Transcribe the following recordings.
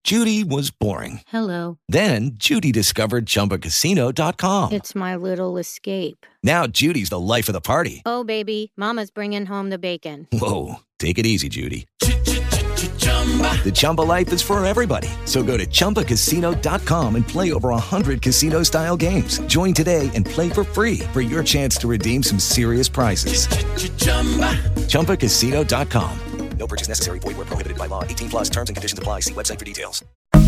Judy was boring. Hello. Then Judy discovered ChumbaCasino.com. It's my little escape. Now Judy's the life of the party. Oh, baby, mama's bringing home the bacon. Whoa, take it easy, Judy. The Chumba life is for everybody. So go to ChumbaCasino.com and play over 100 casino-style games. Join today and play for free for your chance to redeem some serious prizes. ChumbaCasino.com. No purchase necessary. Void where prohibited by law. 18 plus terms and conditions apply. See website for details.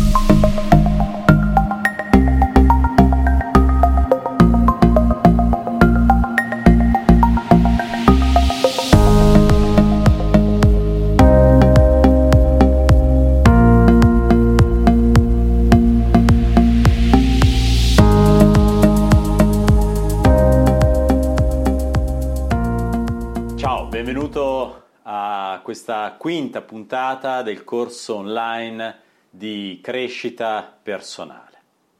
Ciao, benvenuto a questa quinta puntata del corso online di crescita personale.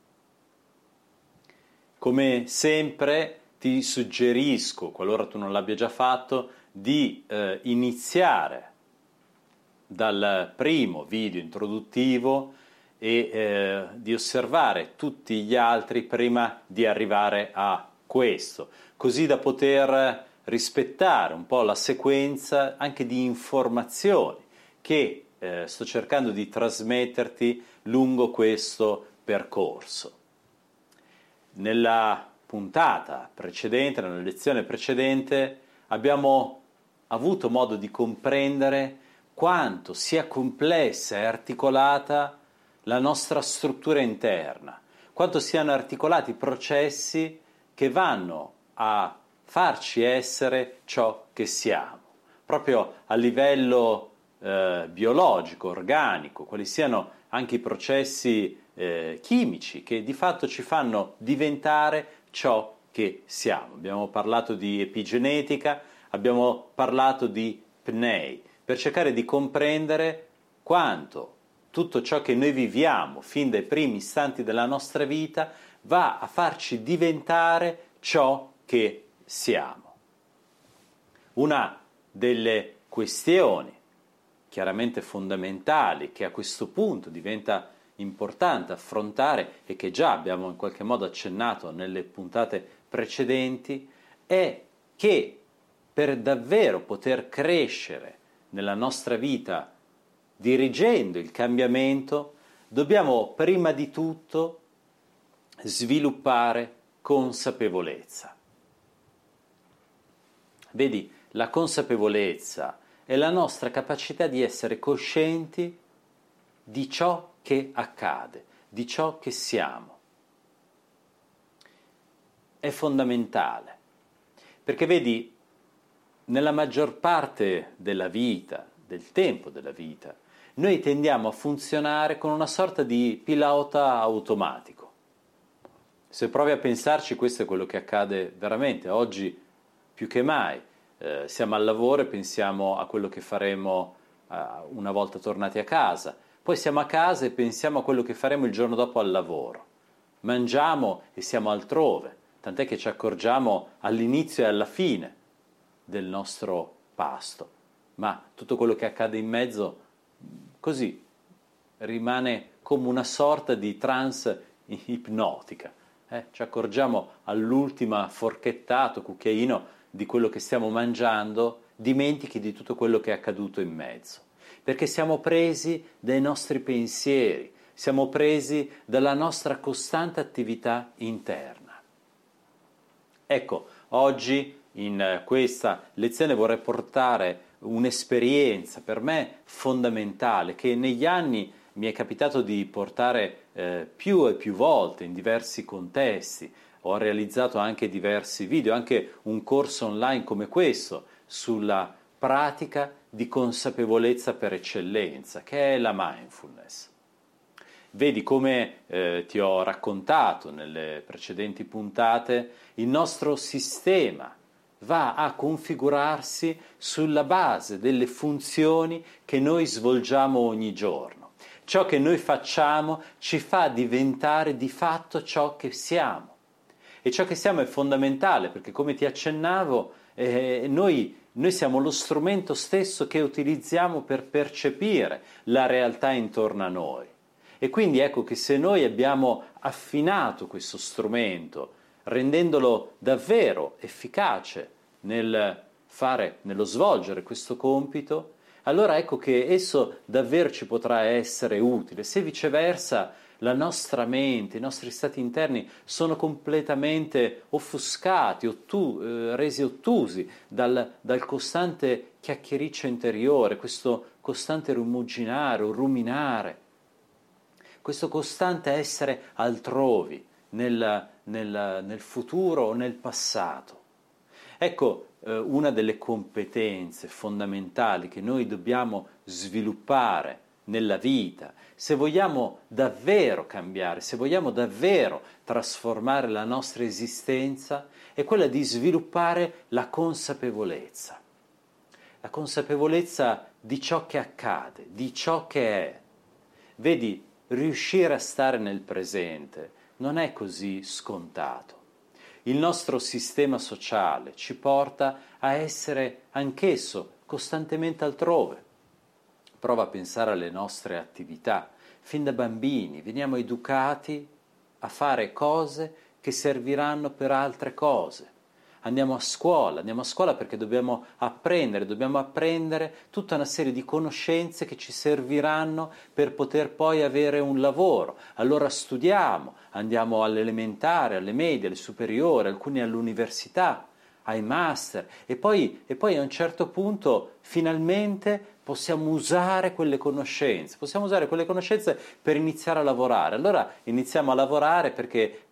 Come sempre ti suggerisco, qualora tu non l'abbia già fatto, di iniziare dal primo video introduttivo e di osservare tutti gli altri prima di arrivare a questo, così da poter rispettare un po' la sequenza anche di informazioni che sto cercando di trasmetterti lungo questo percorso. Nella puntata precedente, nella lezione precedente, abbiamo avuto modo di comprendere quanto sia complessa e articolata la nostra struttura interna, quanto siano articolati i processi che vanno a farci essere ciò che siamo, proprio a livello biologico, organico, quali siano anche i processi chimici che di fatto ci fanno diventare ciò che siamo. Abbiamo parlato di epigenetica, abbiamo parlato di pnei, per cercare di comprendere quanto tutto ciò che noi viviamo fin dai primi istanti della nostra vita va a farci diventare ciò che siamo. Una delle questioni chiaramente fondamentali che a questo punto diventa importante affrontare e che già abbiamo in qualche modo accennato nelle puntate precedenti è che per davvero poter crescere nella nostra vita dirigendo il cambiamento dobbiamo prima di tutto sviluppare consapevolezza. Vedi, la consapevolezza è la nostra capacità di essere coscienti di ciò che accade, di ciò che siamo. È fondamentale, perché vedi, nella maggior parte della vita, del tempo della vita, noi tendiamo a funzionare con una sorta di pilota automatico. Se provi a pensarci, questo è quello che accade veramente oggi più che mai. Siamo al lavoro e pensiamo a quello che faremo una volta tornati a casa. Poi siamo a casa e pensiamo a quello che faremo il giorno dopo al lavoro. Mangiamo e siamo altrove, tant'è che ci accorgiamo all'inizio e alla fine del nostro pasto. Ma tutto quello che accade in mezzo, così, rimane come una sorta di trance ipnotica. Ci accorgiamo all'ultima forchettato, cucchiaino di quello che stiamo mangiando, dimentichi di tutto quello che è accaduto in mezzo, perché siamo presi dai nostri pensieri, siamo presi dalla nostra costante attività interna. Ecco, oggi in questa lezione vorrei portare un'esperienza per me fondamentale che negli anni mi è capitato di portare più e più volte in diversi contesti. Ho realizzato anche diversi video, anche un corso online come questo sulla pratica di consapevolezza per eccellenza, che è la mindfulness. Vedi, come ti ho raccontato nelle precedenti puntate, il nostro sistema va a configurarsi sulla base delle funzioni che noi svolgiamo ogni giorno. Ciò che noi facciamo ci fa diventare di fatto ciò che siamo. E ciò che siamo è fondamentale, perché come ti accennavo, noi siamo lo strumento stesso che utilizziamo per percepire la realtà intorno a noi. E quindi ecco che se noi abbiamo affinato questo strumento, rendendolo davvero efficace nello svolgere questo compito, allora ecco che esso davvero ci potrà essere utile. Se viceversa la nostra mente, i nostri stati interni sono completamente offuscati, resi ottusi dal costante chiacchiericcio interiore, questo costante rimuginare o ruminare, questo costante essere altrove, nel futuro o nel passato. Ecco, una delle competenze fondamentali che noi dobbiamo sviluppare nella vita, se vogliamo davvero cambiare, se vogliamo davvero trasformare la nostra esistenza, è quella di sviluppare la consapevolezza di ciò che accade, di ciò che è. Vedi, riuscire a stare nel presente non è così scontato. Il nostro sistema sociale ci porta a essere anch'esso costantemente altrove. Prova a pensare alle nostre attività. Fin da bambini veniamo educati a fare cose che serviranno per altre cose. Andiamo a scuola perché dobbiamo apprendere tutta una serie di conoscenze che ci serviranno per poter poi avere un lavoro. Allora studiamo, andiamo all'elementare, alle medie, alle superiori, alcuni all'università, ai master e poi a un certo punto finalmente possiamo usare quelle conoscenze per iniziare a lavorare. Allora iniziamo a lavorare perché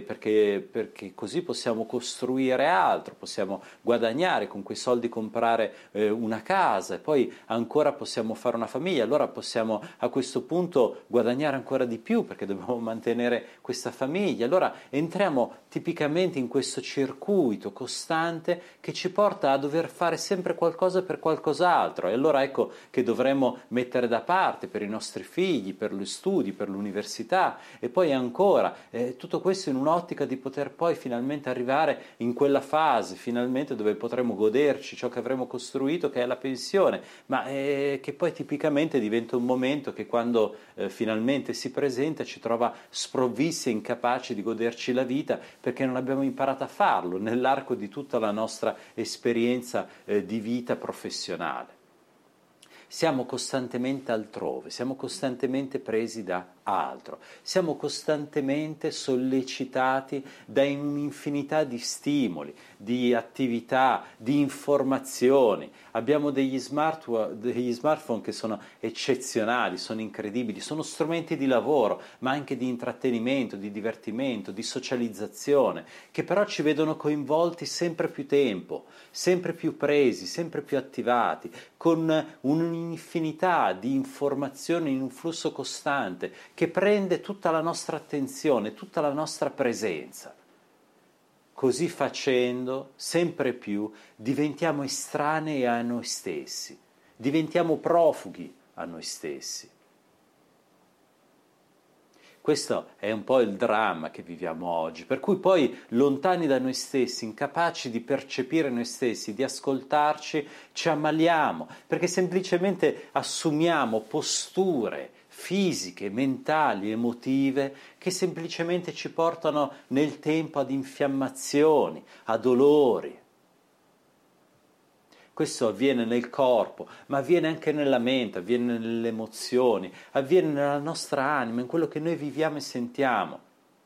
così possiamo costruire altro, possiamo guadagnare, con quei soldi comprare una casa e poi ancora possiamo fare una famiglia. Allora possiamo a questo punto guadagnare ancora di più perché dobbiamo mantenere questa famiglia. Allora entriamo tipicamente in questo circuito costante che ci porta a dover fare sempre qualcosa per qualcos'altro, e allora ecco che dovremmo mettere da parte per i nostri figli, per gli studi, per l'università, e poi ancora tutto questo in un'ottica di poter poi finalmente arrivare in quella fase finalmente dove potremo goderci ciò che avremo costruito, che è la pensione, ma che poi tipicamente diventa un momento che quando finalmente si presenta ci trova sprovvisti e incapaci di goderci la vita perché non abbiamo imparato a farlo nell'arco di tutta la nostra esperienza di vita professionale. Siamo costantemente altrove, siamo costantemente presi da altro, siamo costantemente sollecitati da un'infinità di stimoli, di attività, di informazioni. Abbiamo degli smartphone che sono eccezionali, sono incredibili, sono strumenti di lavoro, ma anche di intrattenimento, di divertimento, di socializzazione, che però ci vedono coinvolti sempre più tempo, sempre più presi, sempre più attivati, con un'infinità di informazioni in un flusso costante che prende tutta la nostra attenzione, tutta la nostra presenza. Così facendo, sempre più, diventiamo estranei a noi stessi, diventiamo profughi a noi stessi. Questo è un po' il dramma che viviamo oggi, per cui poi lontani da noi stessi, incapaci di percepire noi stessi, di ascoltarci, ci ammaliamo, perché semplicemente assumiamo posture fisiche, mentali, emotive, che semplicemente ci portano nel tempo ad infiammazioni, a dolori. Questo avviene nel corpo, ma avviene anche nella mente, avviene nelle emozioni, avviene nella nostra anima, in quello che noi viviamo e sentiamo.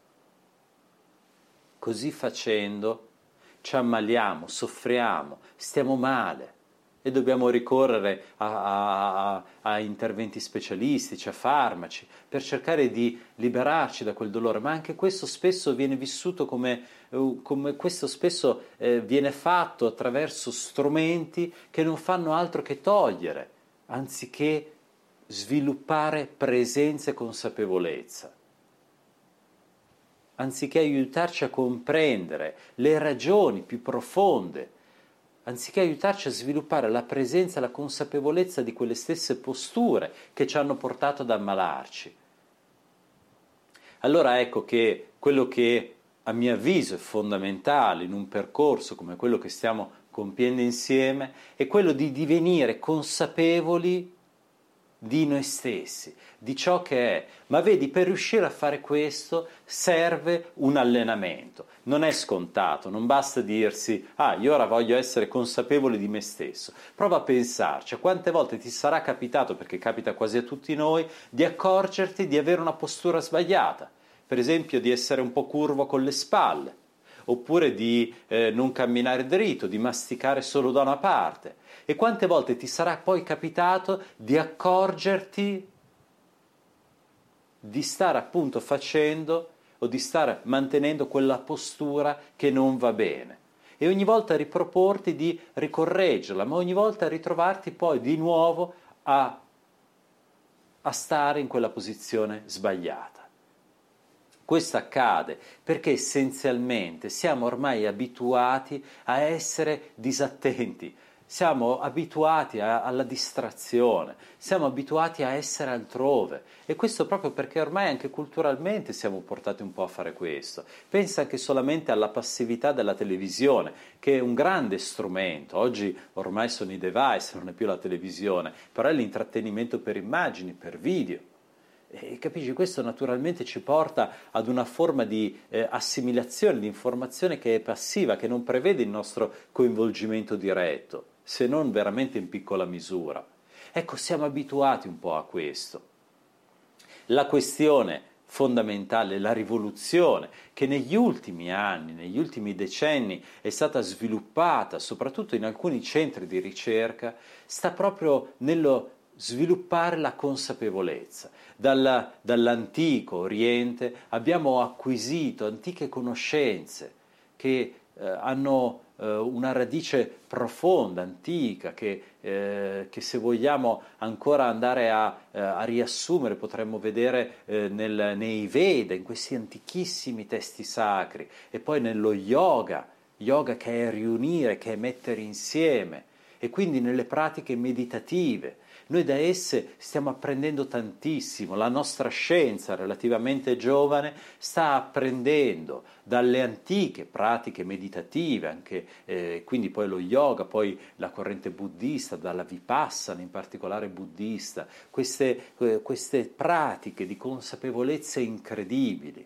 Così facendo ci ammaliamo, soffriamo, stiamo male e dobbiamo ricorrere a interventi specialistici, a farmaci, per cercare di liberarci da quel dolore, ma anche questo spesso viene vissuto come questo spesso viene fatto attraverso strumenti che non fanno altro che togliere, anziché sviluppare presenza e consapevolezza, anziché aiutarci a comprendere le ragioni più profonde, anziché aiutarci a sviluppare la presenza e la consapevolezza di quelle stesse posture che ci hanno portato ad ammalarci. Allora ecco che quello che a mio avviso è fondamentale in un percorso come quello che stiamo compiendo insieme è quello di divenire consapevoli di noi stessi, di ciò che è. Ma vedi, per riuscire a fare questo serve un allenamento. Non è scontato, non basta dirsi io ora voglio essere consapevole di me stesso. Prova a pensarci, quante volte ti sarà capitato, perché capita quasi a tutti noi, di accorgerti di avere una postura sbagliata, per esempio di essere un po' curvo con le spalle, oppure di non camminare dritto, di masticare solo da una parte. E quante volte ti sarà poi capitato di accorgerti di stare appunto facendo o di stare mantenendo quella postura che non va bene. E ogni volta riproporti di ricorreggerla, ma ogni volta ritrovarti poi di nuovo a stare in quella posizione sbagliata. Questo accade perché essenzialmente siamo ormai abituati a essere disattenti, siamo abituati alla distrazione, siamo abituati a essere altrove, e questo proprio perché ormai anche culturalmente siamo portati un po' a fare questo. Pensa anche solamente alla passività della televisione, che è un grande strumento. Oggi ormai sono i device, non è più la televisione, però è l'intrattenimento per immagini, per video. E capisci, questo naturalmente ci porta ad una forma di assimilazione, di informazione che è passiva, che non prevede il nostro coinvolgimento diretto, se non veramente in piccola misura. Ecco, siamo abituati un po' a questo. La questione fondamentale, la rivoluzione che negli ultimi anni, negli ultimi decenni è stata sviluppata, soprattutto in alcuni centri di ricerca, sta proprio nello sviluppare la consapevolezza. Dall'antico Oriente abbiamo acquisito antiche conoscenze che hanno una radice profonda, antica, che se vogliamo ancora andare a riassumere potremmo vedere nei Veda, in questi antichissimi testi sacri, e poi nello yoga che è riunire, che è mettere insieme, e quindi nelle pratiche meditative. Noi da esse stiamo apprendendo tantissimo, la nostra scienza relativamente giovane sta apprendendo dalle antiche pratiche meditative, anche quindi poi lo yoga, poi la corrente buddista, dalla Vipassana in particolare buddista, queste pratiche di consapevolezza incredibili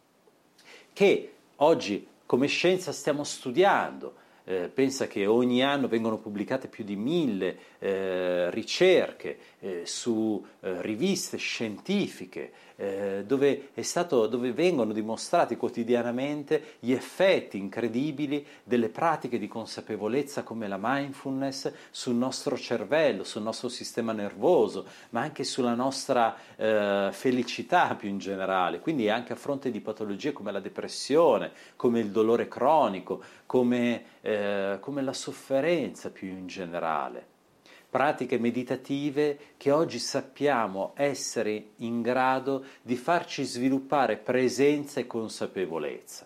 che oggi come scienza stiamo studiando. Pensa che ogni anno vengono pubblicate più di 1000 ricerche su riviste scientifiche dove vengono dimostrati quotidianamente gli effetti incredibili delle pratiche di consapevolezza come la mindfulness sul nostro cervello, sul nostro sistema nervoso, ma anche sulla nostra felicità più in generale, quindi anche a fronte di patologie come la depressione, come il dolore cronico, come la sofferenza più in generale. Pratiche meditative che oggi sappiamo essere in grado di farci sviluppare presenza e consapevolezza.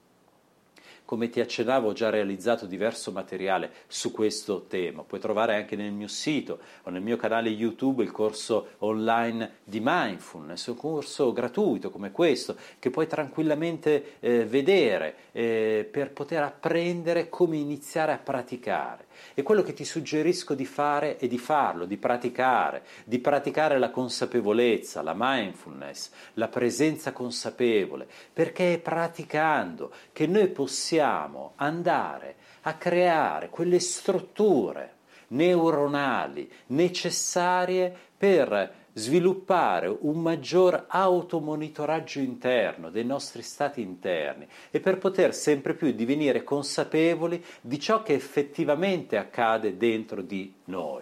Come ti accennavo, ho già realizzato diverso materiale su questo tema. Puoi trovare anche nel mio sito o nel mio canale YouTube il corso online di mindfulness, un corso gratuito come questo che puoi tranquillamente vedere per poter apprendere come iniziare a praticare. E quello che ti suggerisco di fare è di farlo, di praticare la consapevolezza, la mindfulness, la presenza consapevole, perché è praticando che noi possiamo andare a creare quelle strutture neuronali necessarie per sviluppare un maggior automonitoraggio interno dei nostri stati interni e per poter sempre più divenire consapevoli di ciò che effettivamente accade dentro di noi.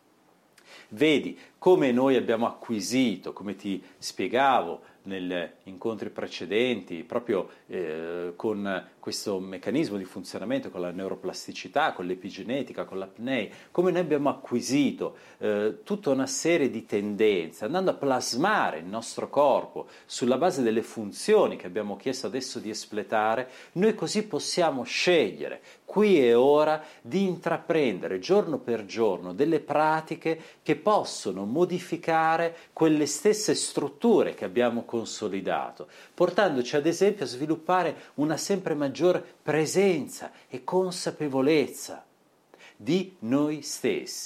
Vedi come noi abbiamo acquisito, come ti spiegavo negli incontri precedenti, proprio con questo meccanismo di funzionamento, con la neuroplasticità, con l'epigenetica, con l'apnea, come noi abbiamo acquisito tutta una serie di tendenze, andando a plasmare il nostro corpo sulla base delle funzioni che abbiamo chiesto adesso di espletare, noi così possiamo scegliere qui e ora di intraprendere giorno per giorno delle pratiche che possono modificare quelle stesse strutture che abbiamo consolidato, portandoci ad esempio a sviluppare una sempre maggior presenza e consapevolezza di noi stessi.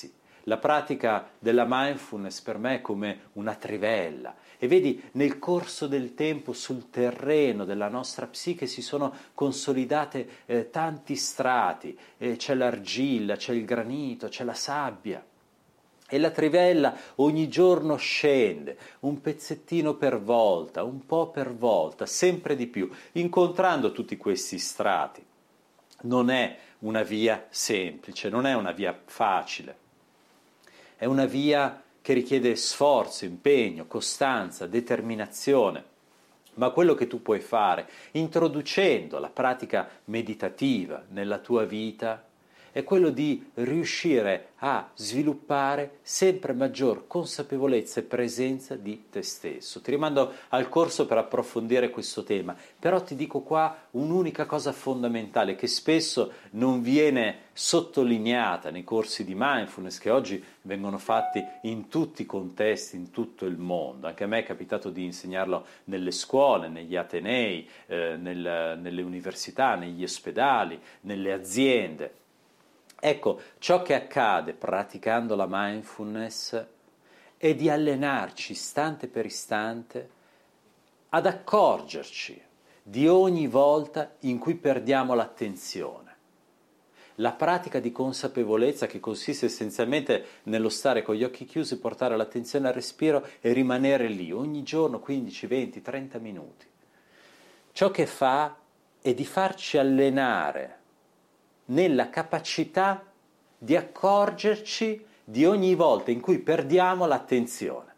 la pratica della mindfulness per me è come una trivella. E vedi, nel corso del tempo sul terreno della nostra psiche si sono consolidate tanti strati, c'è l'argilla, c'è il granito, c'è la sabbia. E la trivella ogni giorno scende, un pezzettino per volta, un po' per volta, sempre di più, incontrando tutti questi strati. Non è una via semplice, non è una via facile, è una via che richiede sforzo, impegno, costanza, determinazione. Ma quello che tu puoi fare, introducendo la pratica meditativa nella tua vita, è quello di riuscire a sviluppare sempre maggior consapevolezza e presenza di te stesso. Ti rimando al corso per approfondire questo tema, però ti dico qua un'unica cosa fondamentale che spesso non viene sottolineata nei corsi di mindfulness che oggi vengono fatti in tutti i contesti, in tutto il mondo. Anche a me è capitato di insegnarlo nelle scuole, negli atenei, nelle università, negli ospedali, nelle aziende. Ecco, ciò che accade praticando la mindfulness è di allenarci istante per istante ad accorgerci di ogni volta in cui perdiamo l'attenzione. La pratica di consapevolezza, che consiste essenzialmente nello stare con gli occhi chiusi, portare l'attenzione al respiro e rimanere lì ogni giorno 15, 20, 30 minuti. Ciò che fa è di farci allenare nella capacità di accorgerci di ogni volta in cui perdiamo l'attenzione.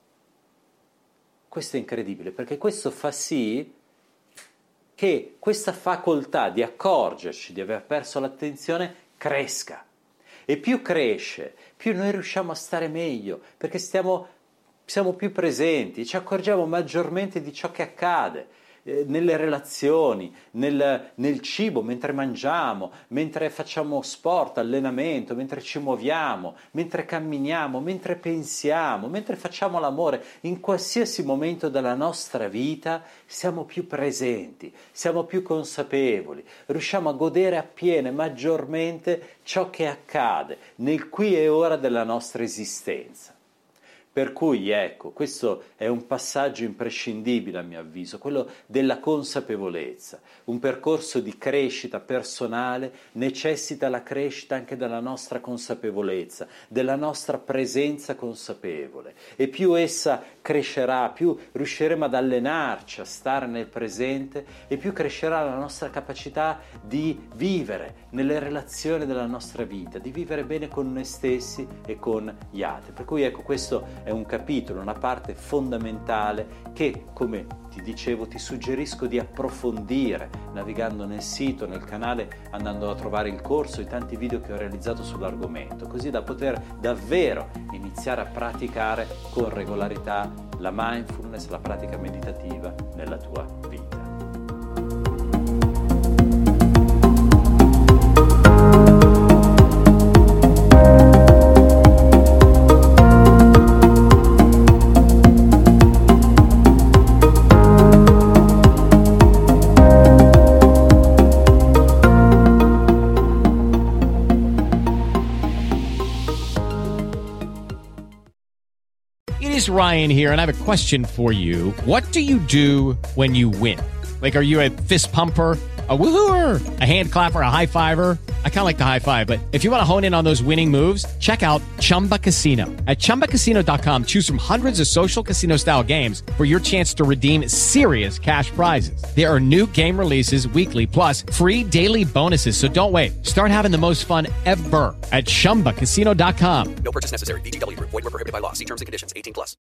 Questo è incredibile, perché questo fa sì che questa facoltà di accorgerci di aver perso l'attenzione cresca. E più cresce, più noi riusciamo a stare meglio, perché siamo più presenti, ci accorgiamo maggiormente di ciò che accade nelle relazioni, nel cibo, mentre mangiamo, mentre facciamo sport, allenamento, mentre ci muoviamo, mentre camminiamo, mentre pensiamo, mentre facciamo l'amore. In qualsiasi momento della nostra vita siamo più presenti, siamo più consapevoli, riusciamo a godere appieno e maggiormente ciò che accade nel qui e ora della nostra esistenza. Per cui, ecco, questo è un passaggio imprescindibile a mio avviso, quello della consapevolezza. Un percorso di crescita personale necessita la crescita anche della nostra consapevolezza, della nostra presenza consapevole. E più essa crescerà, più riusciremo ad allenarci a stare nel presente e più crescerà la nostra capacità di vivere nelle relazioni della nostra vita, di vivere bene con noi stessi e con gli altri. Per cui, ecco, questo è un capitolo, una parte fondamentale che, come ti dicevo, ti suggerisco di approfondire navigando nel sito, nel canale, andando a trovare il corso, i tanti video che ho realizzato sull'argomento, così da poter davvero iniziare a praticare con regolarità la mindfulness, la pratica meditativa nella tua vita. Ryan here, and I have a question for you. What do you do when you win? Like, are you a fist pumper, a woohooer, a hand clapper, a high fiver? I kind of like the high five, but if you want to hone in on those winning moves, check out Chumba Casino. At ChumbaCasino.com, choose from hundreds of social casino style games for your chance to redeem serious cash prizes. There are new game releases weekly, plus free daily bonuses. So don't wait. Start having the most fun ever at ChumbaCasino.com. No purchase necessary. VGW Group. Void where prohibited by law. See terms and conditions. 18+.